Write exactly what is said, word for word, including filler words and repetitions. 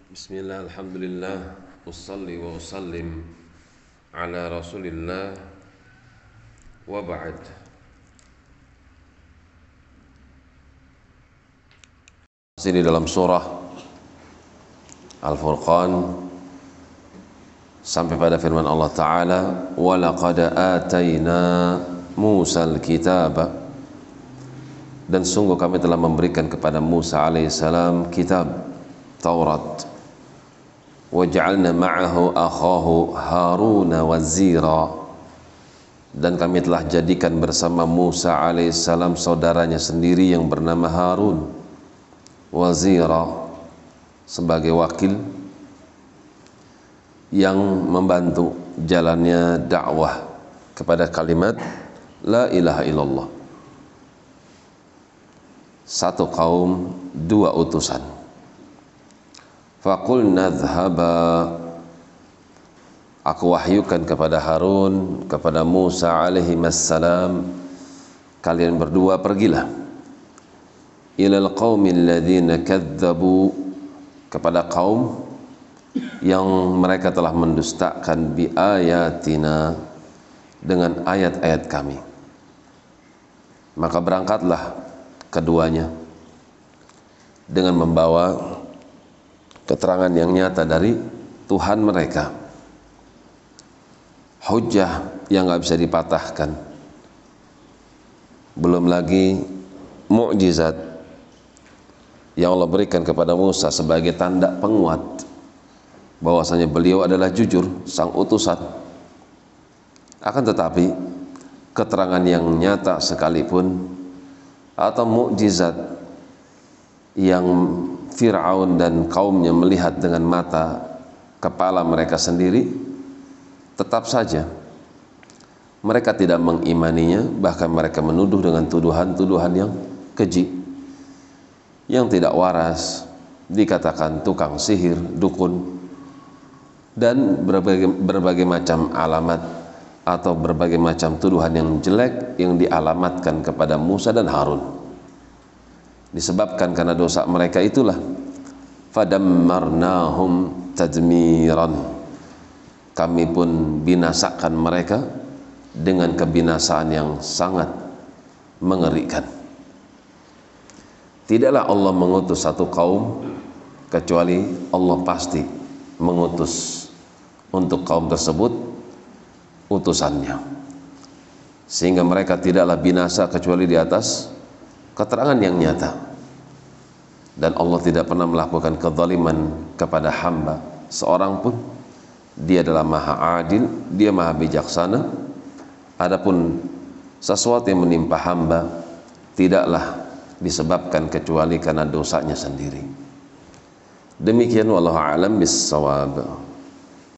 Bismillah, alhamdulillah, usalli wa usallim ala rasulillah wa ba'd. Masih di dalam surah Al-Furqan sampai pada firman Allah Ta'ala, wa laqad atayna Musal kitaba, dan sungguh kami telah memberikan kepada Musa alaihissalam kitab Taurat. Waj'alna ma'ahu akhahu Haruna wazira, dan kami telah jadikan bersama Musa alaihissalam saudaranya sendiri yang bernama Harun, wazira, sebagai wakil yang membantu jalannya dakwah kepada kalimat la ilaha illallah. Satu kaum, dua utusan. Faqulna dhhaba, aku wahyukan kepada Harun, kepada Musa alaihi wassalam, kalian berdua pergilah ilal qaumil ladzina kadzdzabu, kepada kaum yang mereka telah mendustakan bi ayatina, dengan ayat-ayat kami. Maka berangkatlah keduanya dengan membawa keterangan yang nyata dari Tuhan mereka, hujjah yang gak bisa dipatahkan, belum lagi mukjizat yang Allah berikan kepada Musa sebagai tanda penguat bahwasanya beliau adalah jujur, sang utusan. Akan tetapi keterangan yang nyata sekalipun atau mukjizat yang Fir'aun dan kaumnya melihat dengan mata kepala mereka sendiri, tetap saja mereka tidak mengimaninya. Bahkan mereka menuduh dengan tuduhan-tuduhan yang keji, yang tidak waras, dikatakan tukang sihir, dukun, dan berbagai, berbagai macam alamat atau berbagai macam tuduhan yang jelek yang dialamatkan kepada Musa dan Harun. Disebabkan karena dosa mereka itulah fadammarnahum tadmiran, kami pun binasakan mereka dengan kebinasaan yang sangat mengerikan. Tidaklah Allah mengutus satu kaum kecuali Allah pasti mengutus untuk kaum tersebut utusannya, sehingga mereka tidaklah binasa kecuali di atas keterangan yang nyata. Dan Allah tidak pernah melakukan kezaliman kepada hamba seorang pun. Dia adalah maha adil, dia maha bijaksana. Adapun sesuatu yang menimpa hamba tidaklah disebabkan kecuali karena dosanya sendiri. Demikian wallahu a'lam bissawab.